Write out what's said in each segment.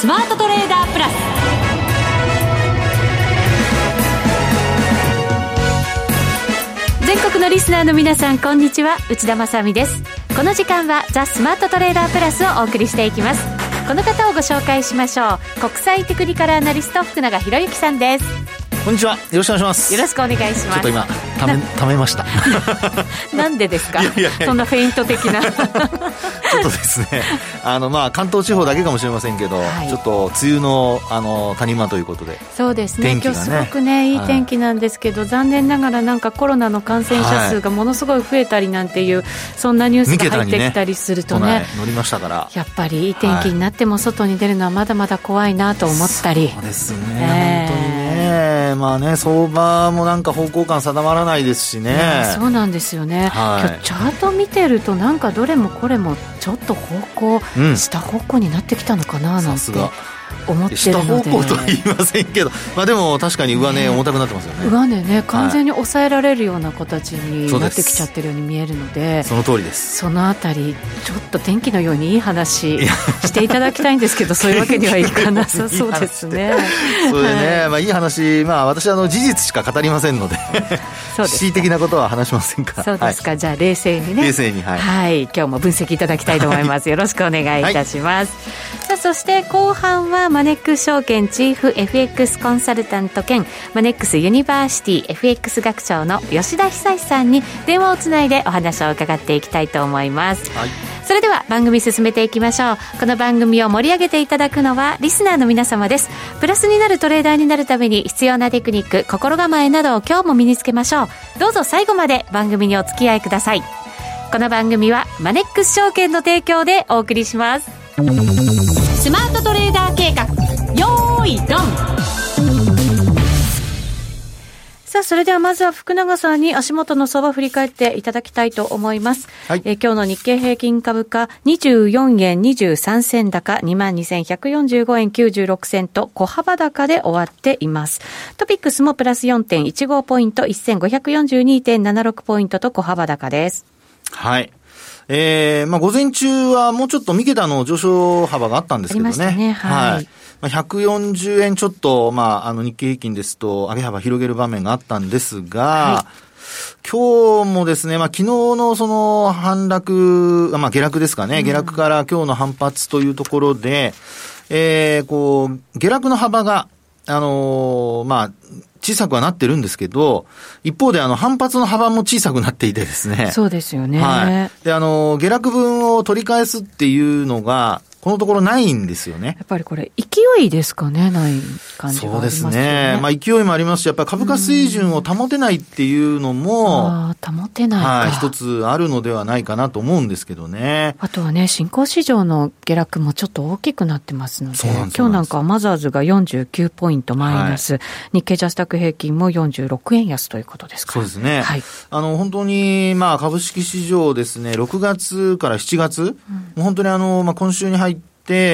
スマートトレーダープラス。全国のリスナーの皆さん、こんにちは、内田まさみです。この時間はザ・スマートトレーダープラスをお送りしていきます。この方をご紹介しましょう。国際テクニカルアナリスト、福永博之さんです。 こんにちは、よろしくお願いします。 よろしくお願いします。 ちょっと今ためましたなんでですか？ いやそんなフェイント的なちょっとですね、関東地方だけかもしれませんけど、はい、ちょっと梅雨の谷間ということで。 そうですね、今日すごくね、いい天気なんですけど、残念ながらなんかコロナの感染者数がものすごい増えたりなんていう、そんなニュースが入ってきたりするとね、 乗りましたから、 やっぱりいい天気になっても外に出るのはまだまだ怖いなと思ったり。 そうですね、本当にね、相場もなんか方向感定まらないですしね。 そうなんですよね、今日チャート見てるとなんかどれもこれもちょっと方向、下方向になってきたのかななんて思ってるので、 下方向とは言いませんけど、でも確かに上値重たくなってますよね。 上値ね、完全に抑えられるような形になってきちゃってるように見えるので、 その通りです。 そのあたりちょっと天気のようにいい話していただきたいんですけどそういうわけにはいかなさそうですね。 それでね、いい話、私は事実しか語りませんので恣意的なことは話しませんから。 そうですか、じゃあ冷静にね、 冷静に、 今日も分析いただきたいと思います。よろしくお願いいたします。さあ、そして後半はマネックス証券チーフ FX コンサルタント兼マネックスユニバーシティ FX 学長の吉田久さんに電話をつないでお話を伺っていきたいと思います。それでは番組進めていきましょう。この番組を盛り上げていただくのはリスナーの皆様です。プラスになるトレーダーになるために必要なテクニック、心構えなどを今日も身につけましょう。どうぞ最後まで番組にお付き合いください。この番組はマネックス証券の提供でお送りします。スマートトレーダー計画、よーいドン。さあ、それではまずは福永さんに足元の相場を振り返っていただきたいと思います。今日の日経平均株価24円23銭高 22,145 円96銭と小幅高で終わっています。トピックスもプラス 4.15 ポイント 1542.76 ポイントと小幅高です。 はい。午前中はもうちょっと三桁の上昇幅があったんですけどね。ありましたね。はい。140円ちょっと、日経平均ですと上げ幅広げる場面があったんですが、今日もですね、昨日のその反落、下落ですかね、下落から今日の反発というところで、下落の幅が、小さくはなってるんですけど、一方で反発の幅も小さくなっていてですね。 そうですよね。 で、下落分を取り返すっていうのが、このところないんですよね。 やっぱりこれ勢いですかね、ない感じがありますよね。 そうですね。勢いもありますし、やっぱり株価水準を保てないっていうのも、 保てないか。 一つあるのではないかなと思うんですけどね。 あとはね、新興市場の下落もちょっと大きくなってますので、今日なんかはマザーズが49ポイントマイナス、日経ジャスタック平均も46円安ということですから。 そうですね。本当に、株式市場ですね、6月から7月、もう本当に今週に入って、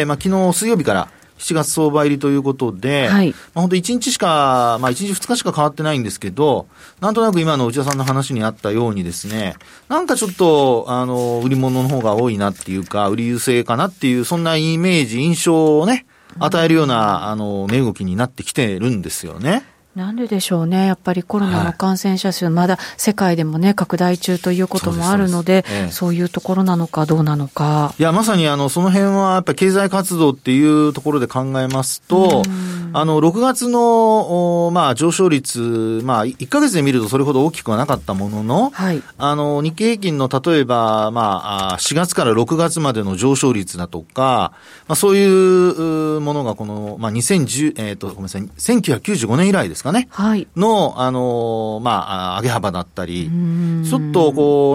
昨日水曜日から7月相場入りということで、本当1日しか、1日2日しか変わってないんですけど、なんとなく今の内田さんの話にあったようにですね、なんかちょっと、売り物の方が多いなっていうか、売り優勢かなっていう、そんなイメージ、印象をね、与えるような、値動きになってきてるんですよね。 なんででしょうね。やっぱりコロナの感染者数、まだ世界でもね、拡大中ということもあるので、そういうところなのかどうなのか。 いや、まさにその辺はやっぱり経済活動っていうところで考えますと、6月の、上昇率、1ヶ月で見るとそれほど大きくはなかったものの、日経平均の例えば、4月から6月までの上昇率だとか、そういうものがこの、1995年以来ですかね。の、上げ幅だったり、ちょっと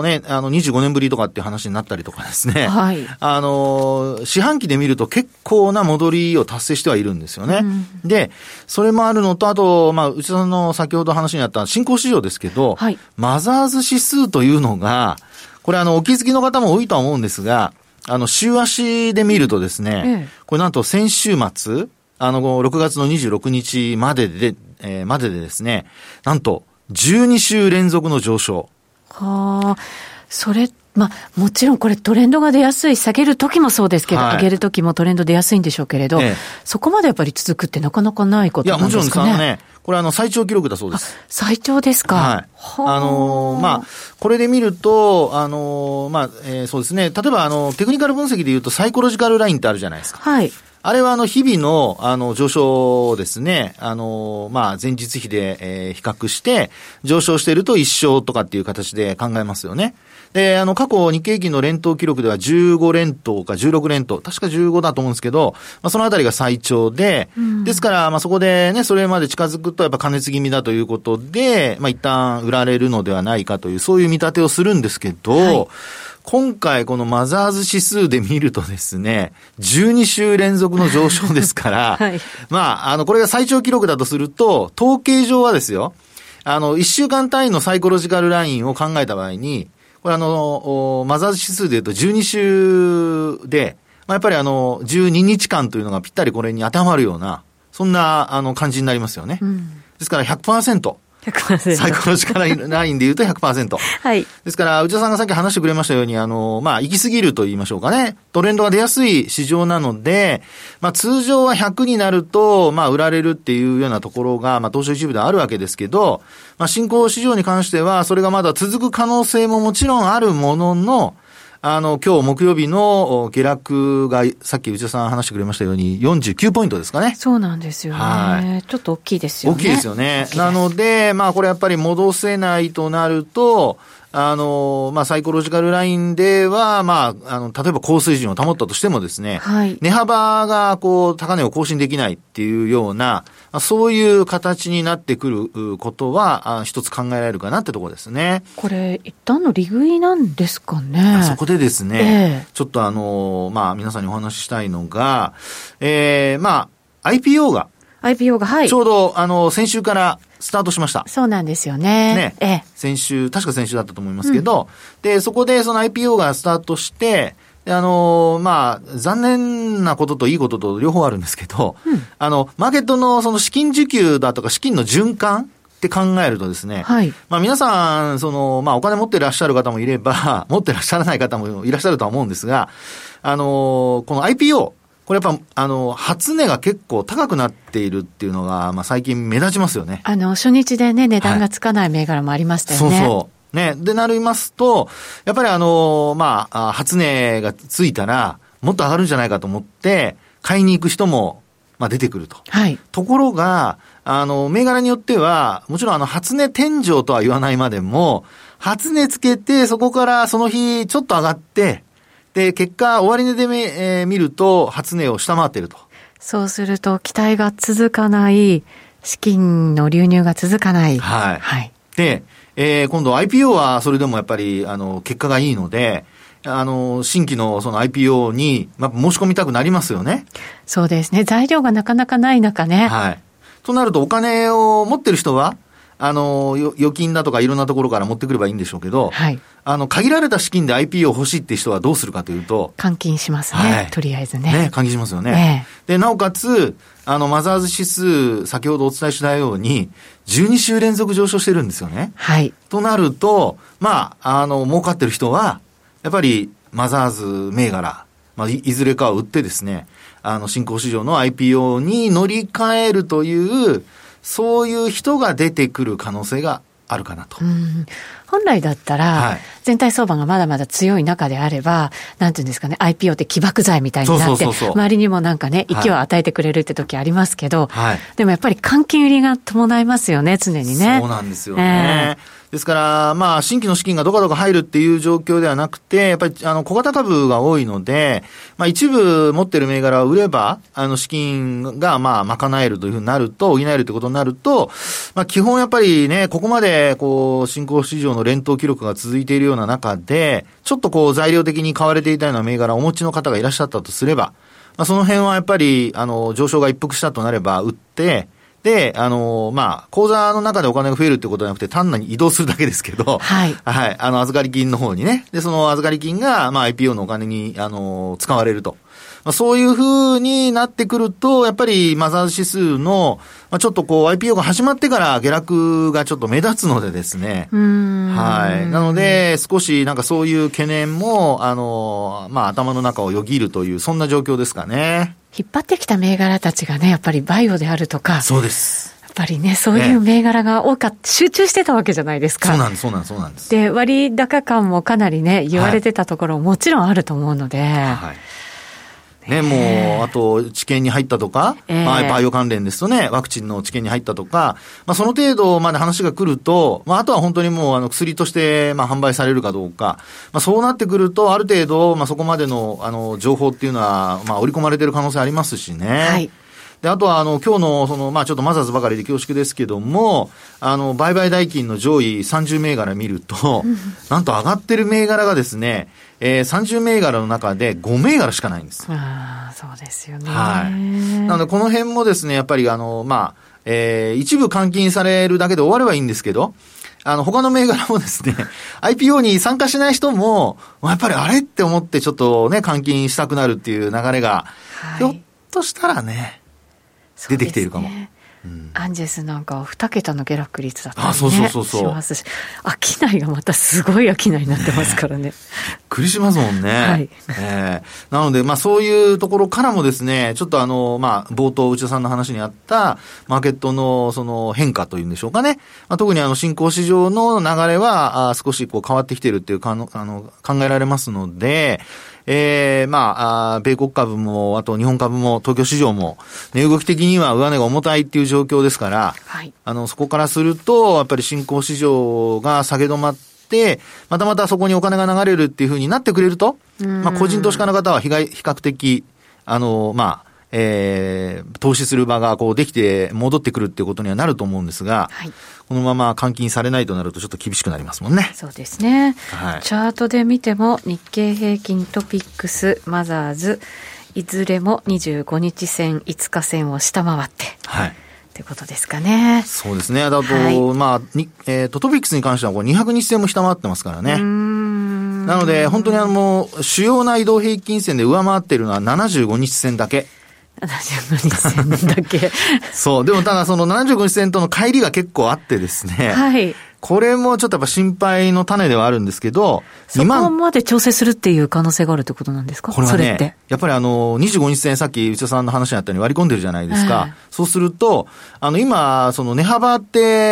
25年ぶりとかっていう話になったりとかですね。四半期で見ると結構な戻りを達成してはいるんですよね。で、それもあるのと、あと、内田さんの先ほど話にあった新興市場ですけど、マザーズ指数というのが、これお気づきの方も多いとは思うんですが、週足で見るとですね、これなんと先週末、6月の26日まででですね、なんと12週連続の上昇。 それっまあ、もちろんこれトレンドが出やすい、下げる時もそうですけど、上げる時もトレンド出やすいんでしょうけれど、そこまでやっぱり続くってなかなかないことなんですかね。いや、もちろんです。 これ最長記録だそうです。 最長ですか。 はい。まあ、これで見ると、そうですね。例えばテクニカル分析で言うとサイコロジカルラインってあるじゃないですか。 はい。 あれは日々の上昇をですね、前日比で、比較して上昇していると一勝とかっていう形で考えますよね。で、過去日経平均の連投記録では15連投か16連投、確か15だと思うんですけど、そのあたりが最長で、ですから、そこでね、それまで近づくとやっぱ過熱気味だということで、一旦売られるのではないかという、そういう見立てをするんですけど、はい、今回このマザーズ指数で見るとですね、12週連続の上昇ですから、はい、これが最長記録だとすると、統計上はですよ、1週間単位のサイコロジカルラインを考えた場合に、これマザーズ指数で言うと12週で、やっぱり12日間というのがぴったりこれに当てはまるような、そんな感じになりますよね。ですから 100%。 100%。 サイコロジカルラインで言うと 100%。 はい。 ですから、内田さんがさっき話してくれましたように、行き過ぎると言いましょうかね。トレンドが出やすい市場なので、通常は100になると、売られるっていうようなところが、東証一部であるわけですけど、新興市場に関しては、それがまだ続く可能性ももちろんあるものの、今日木曜日の下落が、さっき内田さん話してくれましたように49ポイントですかね。 そうなんですよね。はい、ちょっと大きいですよね。 大きいですよね。なので、これやっぱり戻せないとなると、サイコロジカルラインでは、例えば高水準を保ったとしてもですね、はい、値幅が高値を更新できないっていうような、そういう形になってくることは、一つ考えられるかなってところですね。 これ、一旦の利食いなんですかね。 そこでですね、ちょっと皆さんにお話ししたいのが、IPO が、はい。ちょうど、先週からスタートしました。 そうなんですよね。 確か先週だったと思いますけど、で、そこでその IPO がスタートして、残念なことといいことと両方あるんですけど、マーケットのその資金需給だとか資金の循環って考えるとですね、はい、皆さん、お金持っていらっしゃる方もいれば、持っていらっしゃらない方もいらっしゃるとは思うんですが、この IPO、これやっぱ、初値が結構高くなっているっていうのが、最近目立ちますよね。 初日でね、値段がつかない銘柄もありましたよね。 そうそう。ね。で、なりますと、やっぱり初値がついたら、もっと上がるんじゃないかと思って、買いに行く人も、出てくると。はい。ところが、銘柄によっては、もちろん初値天井とは言わないまでも、初値つけて、そこからその日、ちょっと上がって、で、結果、終値で見ると、初値を下回っていると。 そうすると、期待が続かない、資金の流入が続かない。 はい。はい。で、今度 IPO はそれでもやっぱり、結果がいいので、新規のその IPO に、申し込みたくなりますよね。 そうですね。材料がなかなかない中ね。 はい。となると、お金を持ってる人は、預金だとかいろんなところから持ってくればいいんでしょうけど、はい。限られた資金で IPO 欲しいって人はどうするかというと、 換金しますね。はい、とりあえずね。 ね、換金しますよね。で、なおかつ、マザーズ指数、先ほどお伝えしたように、12週連続上昇してるんですよね。はい。となると、儲かってる人は、やっぱり、マザーズ銘柄、いずれかを売ってですね、新興市場の IPO に乗り換えるという、そういう人が出てくる可能性があるかなと。 本来だったら、全体相場がまだまだ強い中であれば、なんていうんですかね、IPO って起爆剤みたいになって、周りにもなんかね、勢いを与えてくれるって時ありますけど、でもやっぱり換金売りが伴いますよね、常にね。 そうなんですよね。ですから、新規の資金がどかどか入るっていう状況ではなくて、やっぱり、小型株が多いので、一部持ってる銘柄を売れば、資金が、賄えるというふうになると、補えるということになると、基本やっぱりね、ここまで、新興市場の連投記録が続いているような中で、ちょっと材料的に買われていたような銘柄をお持ちの方がいらっしゃったとすれば、その辺はやっぱり、上昇が一服したとなれば、売って、で、口座の中でお金が増えるってことじゃなくて、単なる移動するだけですけど、はい。はい。預かり金の方にね。で、その預かり金が、IPO のお金に、使われると。 そういう風になってくると、やっぱりマザーズ指数の、ちょっとこう IPO が始まってから下落がちょっと目立つのでですね。はい。なので、少しなんかそういう懸念も、頭の中をよぎるという、そんな状況ですかね。 引っ張ってきた銘柄たちがね、やっぱりバイオであるとか。 そうです。 やっぱりね、そういう銘柄が集中してたわけじゃないですか。 そうなんです、そうなんです、そうなんです。 で、割高感もかなりね、言われてたところももちろんあると思うので。はい。 ね、もう、あと、治験に入ったとか、バイオ関連ですとね、ワクチンの治験に入ったとか、その程度まで話が来ると、あとは本当にもう、薬として、販売されるかどうか、そうなってくると、ある程度、そこまでの、情報っていうのは、織り込まれてる可能性ありますしね。はい。で、あとは、今日の、ちょっとマザーズばかりで恐縮ですけども、売買代金の上位30銘柄見ると、なんと上がってる銘柄がですね、30銘柄の中で5銘柄しかないんです。 ああ、そうですよね。 はい。なので、この辺もですね、やっぱり一部換金されるだけで終わればいいんですけど、他の銘柄もですね、IPO に参加しない人も、やっぱりあれって思ってちょっとね、換金したくなるっていう流れが、ひょっとしたらね、出てきているかも。 アンジェスなんかは2桁の下落率だったりね。 しますし、商いがまたすごい商いになってますからね。 びっくりしますもんね。 はい。 なので、そういうところからもですね、ちょっと冒頭内田さんの話にあったマーケットのその変化というんでしょうかね。特に新興市場の流れは少しこう変わってきているっていう考えられますので、米国株も、あと日本株も、東京市場も、値動き的には上値が重たいっていう状況ですから、はい、そこからすると、やっぱり新興市場が下げ止まって、またそこにお金が流れるっていう風になってくれると、個人投資家の方は比較的、投資する場がこうできて戻ってくるっていうことにはなると思うんですが、はい、このまま換金されないとなるとちょっと厳しくなりますもんね。 そうですね。はい、チャートで見ても日経平均トピックスマザーズいずれも25日線5日線を下回って。はい。ってことですかね。 そうですね。だと、はい、トピックスに関してはこう200日線も下回ってますからね。なので本当に主要な移動平均線で上回っているのは75日線だけ。 75日線だけそう。でもただその75日線との乖離が結構あってですね。はい。これもちょっとやっぱ心配の種ではあるんですけど、 そこまで調整するっていう可能性があるってことなんですか？ これはね、 それって。 やっぱり25日線さっき内田さんの話にあったように割り込んでるじゃないですか。そうすると、今、その値幅って、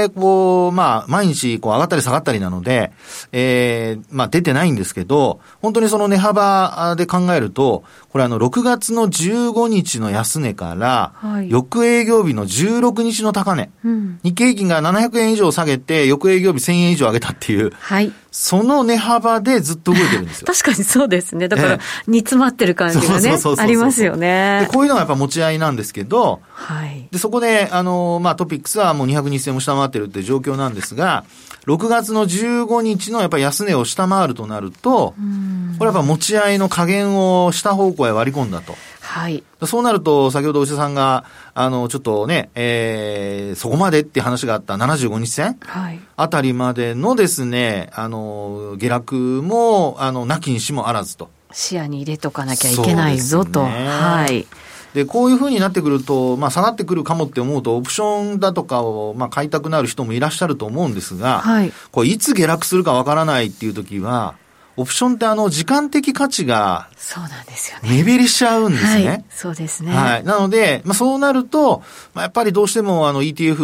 こう、毎日こう上がったり下がったりなので、出てないんですけど、本当にその値幅で考えると、これ6月の15日の安値から、はい、翌営業日の16日の高値、日経平均が700円以上下げて、翌営業日1000円以上上げたっていう、はい、その値幅でずっと動いてるんですよ。 確かにそうですね。だから、煮詰まってる感じがね、ありますよね。 でこういうのがやっぱ持ち合いなんですけど、はい、でそこで、トピックスはもう200日線も下回ってるっていう状況なんですが、6月の15日のやっぱり安値を下回るとなると、これやっぱ持ち合いの加減を下方向へ割り込んだと。はい。そうなると、先ほど内田さんが、ちょっとね、そこまでっていう話があった75日線、はい、あたりまでのですね、下落も、なきにしもあらずと。 視野に入れとかなきゃいけないぞと。はい。 で、こういう風になってくると、下がってくるかもって思うと、オプションだとかを、買いたくなる人もいらっしゃると思うんですが、はい。これ、いつ下落するかわからないっていう時は、オプションって時間的価値が、 そうなんですよね。 目減りしちゃうんですね。 はい、そうですね。 はい。なので、そうなると、やっぱりどうしても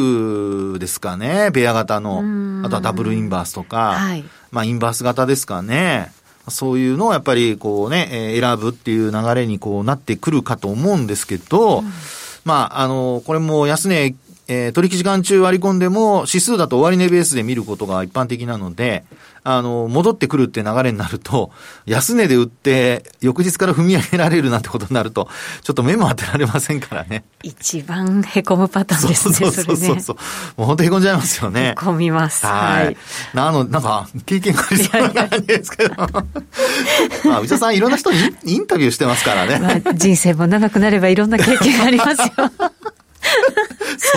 ETF ですかね、ベア型の、あとはダブルインバースとか、はい。インバース型ですかね。そういうのをやっぱりこうね、選ぶっていう流れにこうなってくるかと思うんですけど、これも安値、取引時間中割り込んでも指数だと終値ベースで見ることが一般的なので、戻ってくるって流れになると、安値で売って翌日から踏み上げられるなんてことになると、ちょっと目も当てられませんからね。 一番凹むパターンですね、 そう。もう本当凹んじゃいますよね。 凹みます。はい。 なんか、経験がありそうな感じですけど。内田さんいろんな人にインタビューしてますからね。 人生も長くなればいろんな経験がありますよ。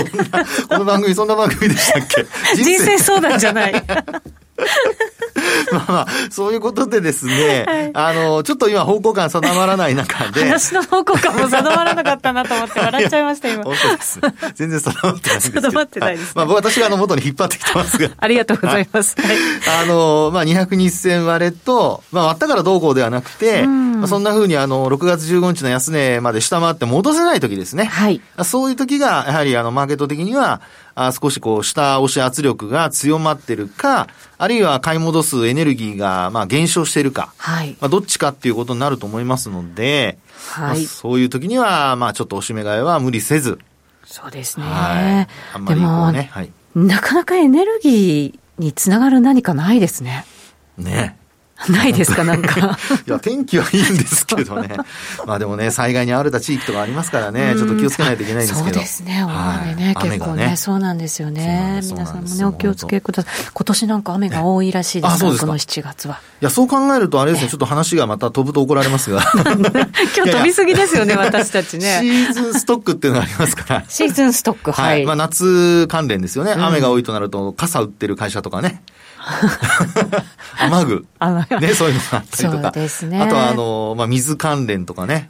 この番組そんな番組でしたっけ？ 人生相談じゃない。 そういうことでですね、はい、ちょっと今方向感定まらない中で。 話の方向感も定まらなかったなと思って笑っちゃいました、今。 本当です。全然定まってないんですけど。 定まってないです、ね。 私が元に引っ張ってきてますが。 ありがとうございます。はい、 200日線割れと、割ったからどうこうではなくて、そんな風に6月15日の安値まで下回って戻せない時ですね。はい。そういう時が、やはりマーケット的には、少し下押し圧力が強まってるか、あるいは買い戻すエネルギーが減少しているか、はい、どっちかっていうことになると思いますので、はい、そういう時にはちょっとおしめ買いは無理せず、 そうですね。はい、あんまりこうね、はい、なかなかエネルギーにつながる何かないですね。 ね。 ないですか、なんか。 いや、天気はいいんですけどね。でもね、災害に遭われた地域とかありますからね、ちょっと気をつけないといけないんですけど。 そうですね、大雨ね、結構ね、そうなんですよね。皆さんもね、お気をつけください。今年なんか雨が多いらしいですから、この7月は。 いや、そう考えるとあれですね、ちょっと話がまた飛ぶと怒られますが。 今日飛びすぎですよね、私たちね。 シーズンストックっていうのがありますから。 シーズンストック、はい。 夏関連ですよね。雨が多いとなると、傘売ってる会社とかね。雨具。ね、そういうのがあったりとか。そうですね。あとは、水関連とかね。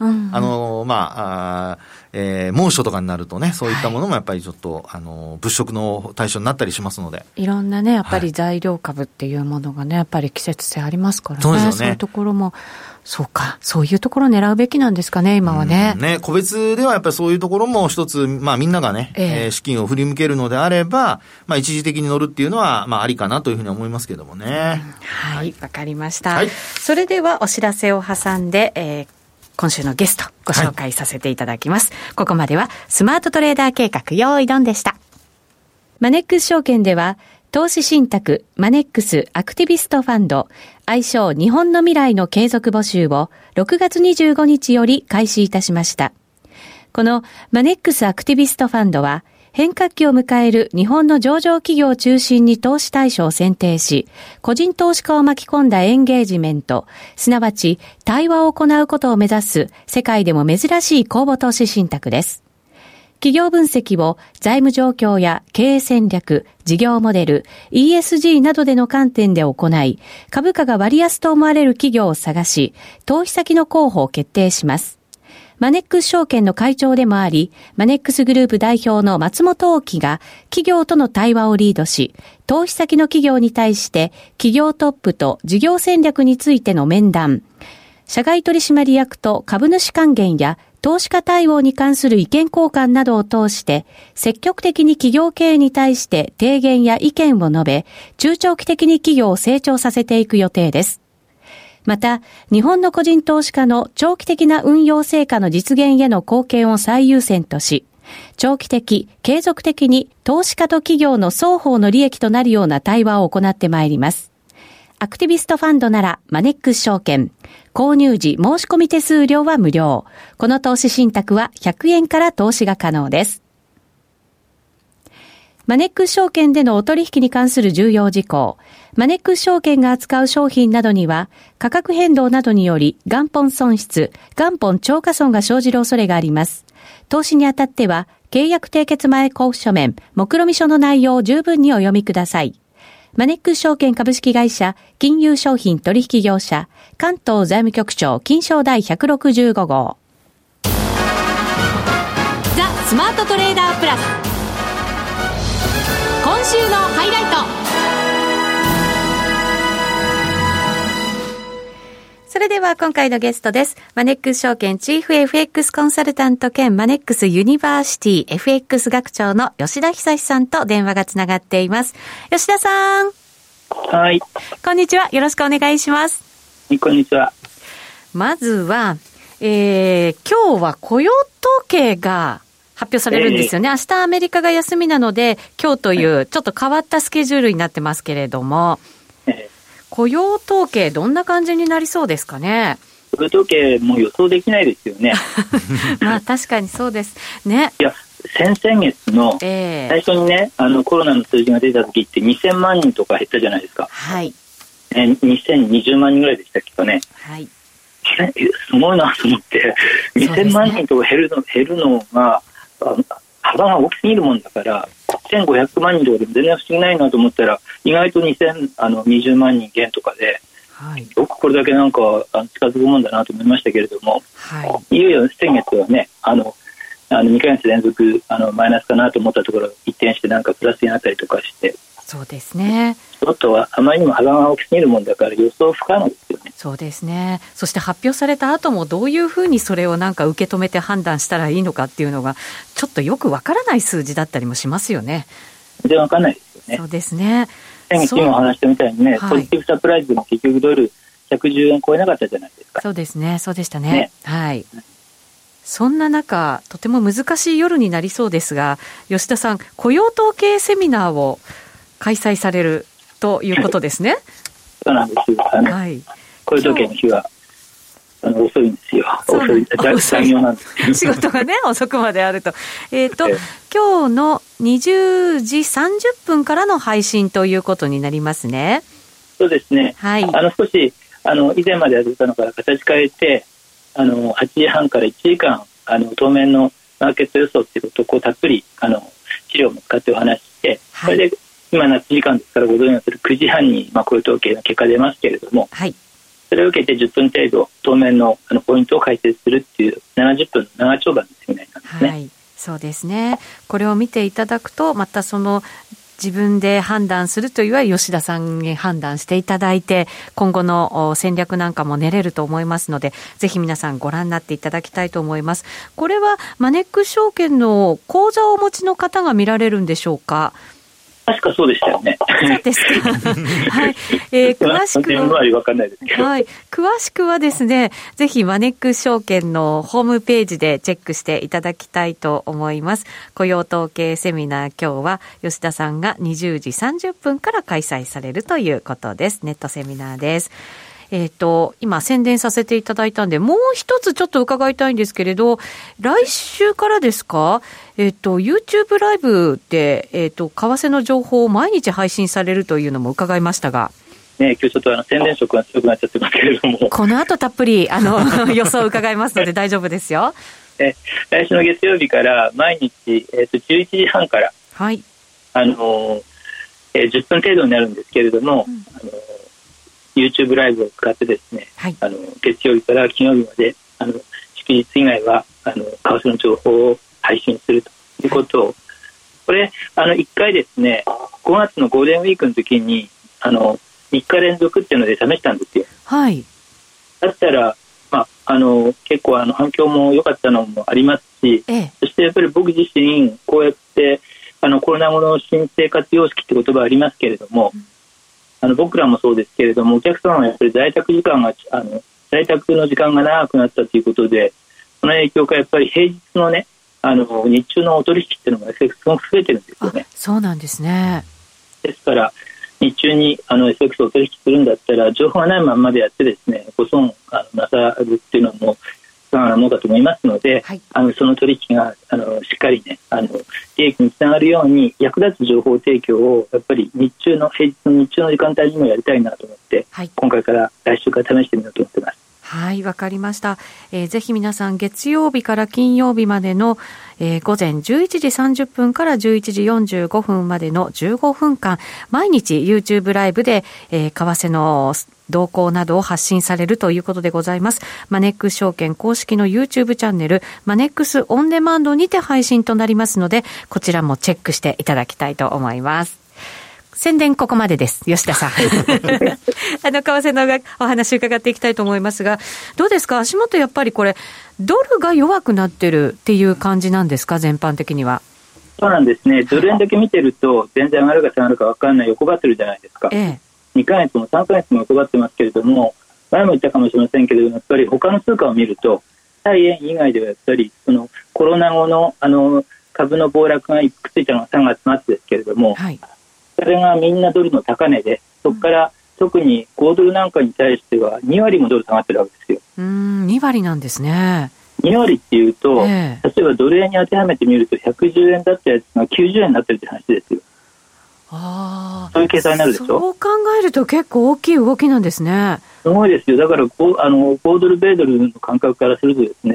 猛暑とかになるとね、そういったものもやっぱりちょっと、物色の対象になったりしますので。 いろんなね、やっぱり材料株っていうものがね、やっぱり季節性ありますからね。そうですよね。そういうところも、そうか、そういうところを狙うべきなんですかね、今はね。 個別ではやっぱりそういうところも一つ、みんながね、資金を振り向けるのであれば、一時的に乗るっていうのは、ありかなというふうに思いますけどもね。 はい、わかりました。はい、それではお知らせを挟んで、今週のゲストご紹介させていただきます。はい、ここまではスマートトレーダー計画用意ドンでした。マネックス証券では投資信託マネックスアクティビストファンド愛称日本の未来の継続募集を6月25日より開始いたしました。このマネックスアクティビストファンドは変革期を迎える日本の上場企業を中心に投資対象を選定し、個人投資家を巻き込んだエンゲージメント、すなわち対話を行うことを目指す世界でも珍しい公募投資信託です。企業分析を財務状況や経営戦略、事業モデル、ESG などでの観点で行い、株価が割安と思われる企業を探し、投資先の候補を決定します。マネックス証券の会長でもあり、マネックスグループ代表の松本大樹が企業との対話をリードし、投資先の企業に対して企業トップと事業戦略についての面談、社外取締役と株主還元や投資家対応に関する意見交換などを通して、積極的に企業経営に対して提言や意見を述べ、中長期的に企業を成長させていく予定です。また、日本の個人投資家の長期的な運用成果の実現への貢献を最優先とし、長期的、継続的に投資家と企業の双方の利益となるような対話を行ってまいります。アクティビストファンドならマネックス証券。購入時申し込み手数料は無料。この投資信託は100円から投資が可能です。マネックス証券でのお取引に関する重要事項。マネックス証券が扱う商品などには価格変動などにより元本損失、元本超過損が生じる恐れがあります。投資にあたっては契約締結前交付書面、目論見書の内容を十分にお読みください。マネックス証券株式会社金融商品取引業者関東財務局長金商第165号。ザ・スマートトレーダープラス、今週のハイライト。それでは今回のゲストです。マネックス証券チーフ FX コンサルタント兼マネックスユニバーシティ FX 学長の吉田久さんと電話がつながっています。吉田さん。 はい。 こんにちは。よろしくお願いします。 こんにちは。 まずは、今日は雇用統計が発表されるんですよね。明日アメリカが休みなので、今日というちょっと変わったスケジュールになってますけれども、雇用統計どんな感じになりそうですかね。 雇用統計も予想できないですよね。 まあ確かにそうですね。 いや、先々月の最初にね、コロナの数字が出た時って2000万人とか減ったじゃないですか。 はい。 2020万人ぐらいでしたけどね。 はい。 すごいなと思って、2000万人とか減るのが幅が大きすぎるもんだから、 1500万人とかでも全然不思議ないなと思ったら、意外と2020万人減とかで、はい、よくこれだけなんか近づくもんだなと思いましたけれども、はい、いよいよ先月はね、2ヶ月連続マイナスかなと思ったところ一転してなんかプラスになったりとかして、 そうですね、 ちょっとはあまりにも幅が大きすぎるもんだから予想不可能ですよね。 そうですね。そして発表された後もどういうふうにそれをなんか受け止めて判断したらいいのかっていうのがちょっとよくわからない数字だったりもしますよね。 全然わからないですよね。 そうですね。 先月今お話したみたいにね、ポジティブサプライズでも結局ドル110円超えなかったじゃないですか。 そうですね、そうでしたね。はい。そんな中、とても難しい夜になりそうですが、吉田さん、雇用統計セミナーを開催されるということですね。 そうなんです。はい、雇用統計の日は遅いんですよ。残業なんです仕事がね遅くまであると。今日の20時30分からの配信ということになりますね。 そうですね。 はい。 少し以前までやってたのから形変えて、8時半から1時間当面のマーケット予想っていうことをたっぷり資料も使ってお話しして、はい、それで今夏時間ですからご存知のする9時半に雇用統計の結果出ますけれども、はい、それを受けて10分程度当面のポイントを解説するっていう70分の長丁場のセミナーなんですね。 はい、そうですね。これを見ていただくとまたその自分で判断するというよりは吉田さんに判断していただいて今後の戦略なんかも練れると思いますので、ぜひ皆さんご覧になっていただきたいと思います。これはマネックス証券の口座をお持ちの方が見られるんでしょうか。 確かそうでしたよね。 そうですか。はい。詳しくは分かんないですけど、 はい。詳しくはですね、ぜひマネックス証券のホームページでチェックしていただきたいと思います。雇用統計セミナー、今日は吉田さんが20時30分から開催されるということです。ネットセミナーです。今宣伝させていただいたんでもう一つちょっと伺いたいんですけれど、来週からですか、YouTube ライブで、為替の情報を毎日配信されるというのも伺いましたが、 ね、今日ちょっと宣伝色が強くなっちゃってますけれども、 この後たっぷり予想を伺いますので大丈夫ですよ。 来週の月曜日から毎日、11時半から、はい、10分程度になるんですけれども、YouTube ライブを使ってですね、はい、月曜日から金曜日まで祝日以外は為替の情報を配信するということを、これ1回ですね、5月のゴールデンウィークの時に3日連続っていうので試したんですよ。はい。だったら、結構反響も良かったのもありますし、そしてやっぱり僕自身こうやってコロナ後の新生活様式って言葉ありますけれども、僕らもそうですけれども、お客様はやっぱり在宅の時間が長くなったということで、その影響からやっぱり平日のね、日中のお取引っていうのがすごく増えてるんですよね。 そうなんですね。 ですから日中にFX をお取引するんだったら情報がないままでやってですね、ご損なさるっていうのもものだと思いますので、はい、その取引がしっかりね利益につながるように役立つ情報提供をやっぱり平日の日中の時間帯にもやりたいなと思って、はい、今回から来週から試してみようと思ってます。 はい、わかりました。ぜひ皆さん月曜日から金曜日までの、午前11時30分から11時45分までの15分間、毎日 YouTube ライブで、為替の動向などを発信されるということでございます。マネックス証券公式の YouTube チャンネル、マネックスオンデマンドにて配信となりますので、こちらもチェックしていただきたいと思います。宣伝ここまでです。吉田さん。為替のお話伺っていきたいと思いますが、どうですか、足元やっぱりこれ、ドルが弱くなってるっていう感じなんですか、全般的には。 そうなんですね。ドル円だけ見てると、全然上がるか下がるか分からない横ばってるじゃないですか。2ヶ月も3ヶ月も横ばってますけれども、前も言ったかもしれませんけれども、やっぱり他の通貨を見ると、対円以外ではやっぱり、そのコロナ後の株の暴落がいくついたのが3月末ですけれども、はい、それがみんなドルの高値で、そこから特に5ドルなんかに対しては2割もドル下がってるわけですよ。 2割なんですね。 2割っていうと、例えばドル円に当てはめてみると110円だったやつが90円になってるって話ですよ。そういう計算になるでしょ。 そう考えると結構大きい動きなんですね。 すごいですよ。だから5ドル米ドルの感覚からするとですね、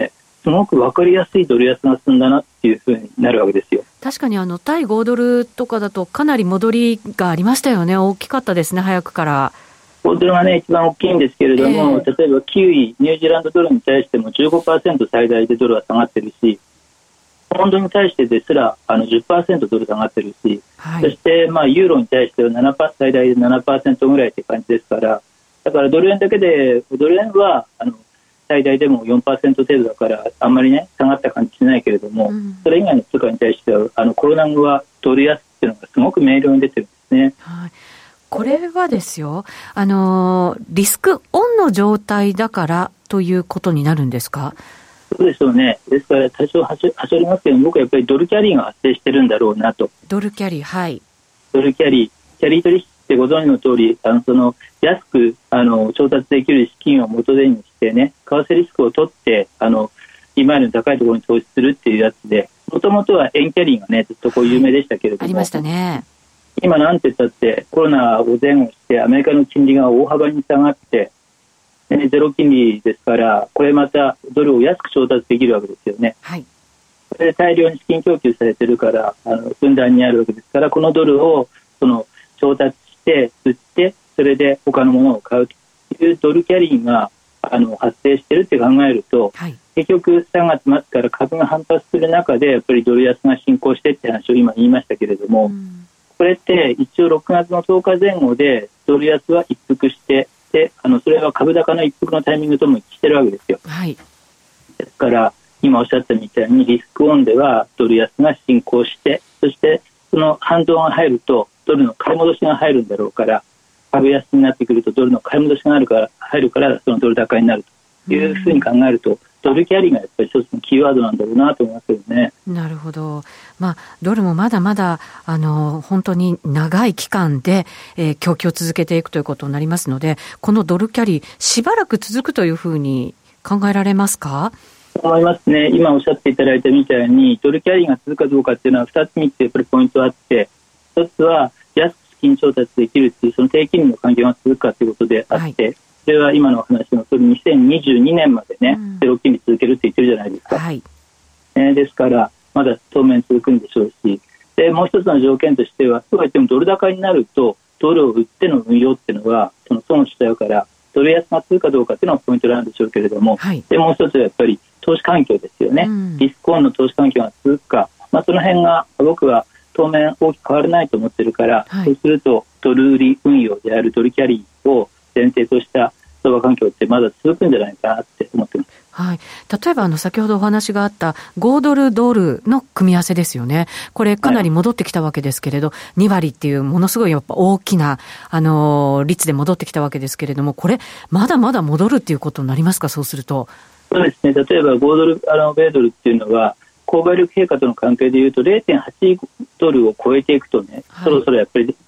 すごく分かりやすいドル安が進んだなっていうふうになるわけですよ。 確かに対5ドルとかだとかなり戻りがありましたよね。大きかったですね、早くから。 5ドルがね一番大きいんですけれども、例えばキウイニュージーランドドルに対しても 15% 最大でドルは下がってるし、ポンドに対してですら10% ドル下がってるし、はい、そして、ユーロに対しては最大で 7% ぐらいって感じですから、だからドル円だけでドル円は最大でも 4% 程度だからあんまりね下がった感じしないけれども、それ以外の通貨に対してはコロナ後はドル安っていうのがすごく明瞭に出てるんですね。 はい、これはですよ、リスクオンの状態だからということになるんですか？ そうでしょうね。ですから多少はしょりますけど、僕はやっぱりドルキャリーが発生してるんだろうなと。 ドルキャリー、はい。 ドルキャリー取引ってご存知の通り、安く調達できる資金を元手にしてね、為替リスクを取って利回りの高いところに投資するっていうやつで、もともとは円キャリーがねずっと有名でしたけれども、 ありましたね。 今なんて言ったってコロナを前後してアメリカの金利が大幅に下がって、ゼロ金利ですから、これまたドルを安く調達できるわけですよね。 はい、 それで大量に資金供給されているからふんだんにあるわけですから、このドルを調達して売って、それで他のものを買うというドルキャリーが発生しているって考えると、はい、結局3月末から株が反発する中でやっぱりドル安が進行してって話を今言いましたけれども、これって一応6月の10日前後でドル安は一服してでそれは株高の一服のタイミングとも一致してるわけですよ。 はい、 ですから今おっしゃったみたいにリスクオンではドル安が進行して、そしてその反動が入るとドルの買い戻しが入るんだろうから、株安になってくるとドルの買い戻しが入るからそのドル高になるというふうに考えると、ドルキャリーがやっぱり一つのキーワードなんだろうなと思いますけどね。 なるほど。ドルもまだまだ本当に長い期間で、供給を続けていくということになりますので、このドルキャリーしばらく続くというふうに考えられますか？ 思いますね。今おっしゃっていただいたみたいにドルキャリーが続くかどうかっていうのは2つ3つやっぱりポイントあって、1つは安く資金調達できるっていうその低金利の環境が続くかということであって、はい、それは今のお話の通り2022年までね、ゼロ金利続けるって言ってるじゃないですか。はい、ですからまだ当面続くんでしょうし、でもう一つの条件としては、そうは言ってもドル高になるとドルを売っての運用っていうのは損しちゃうから、ドル安が続くかどうかっていうのがポイントなんでしょうけれども、はい、でもう一つはやっぱり投資環境ですよね。リスクオンの投資環境が続くか、その辺が僕は当面大きく変わらないと思ってるから、はい、そうするとドル売り運用であるドルキャリーを前提とした相場環境ってまだ続くんじゃないかなって思ってます。 はい、例えば先ほどお話があった5ドルドルの組み合わせですよね。これかなり戻ってきたわけですけれど、はい、2割っていうものすごいやっぱ大きな率で戻ってきたわけですけれども、これまだまだ戻るっていうことになりますか？そうすると。 そうですね。例えば5ドル米ドルっていうのは購買力陛下との関係でいうと 0.8 ドルを超えていくとね、はい、そろそろやっぱり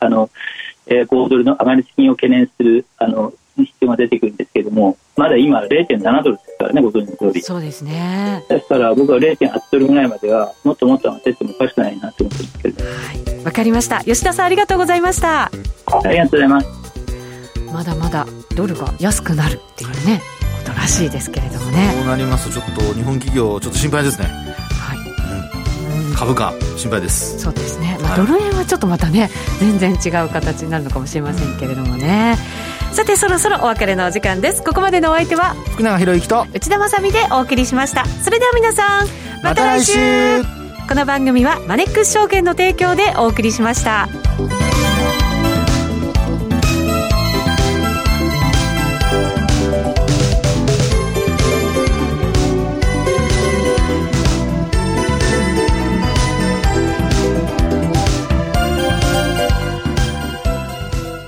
5ドルの上がりすぎを懸念する必要が出てくるんですけれども、まだ今 0.7 ドルですからね、ご存知の通り。 そうですね。 ですから僕は 0.8 ドルぐらいまではもっともっと上がっていってもおかしくないなと思ってますけど。 はい、わかりました。吉田さんありがとうございました。 ありがとうございます。 まだまだドルが安くなるっていうねことらしいですけれどもね。 そうなりますとちょっと日本企業ちょっと心配ですね。はい、株価心配です。 そうですね。ドル円はちょっとまたね全然違う形になるのかもしれませんけれどもね。さてそろそろお別れのお時間です。ここまでのお相手は福永博之と内田まさみでお送りしました。それでは皆さんまた来週。この番組はマネックス証券の提供でお送りしました。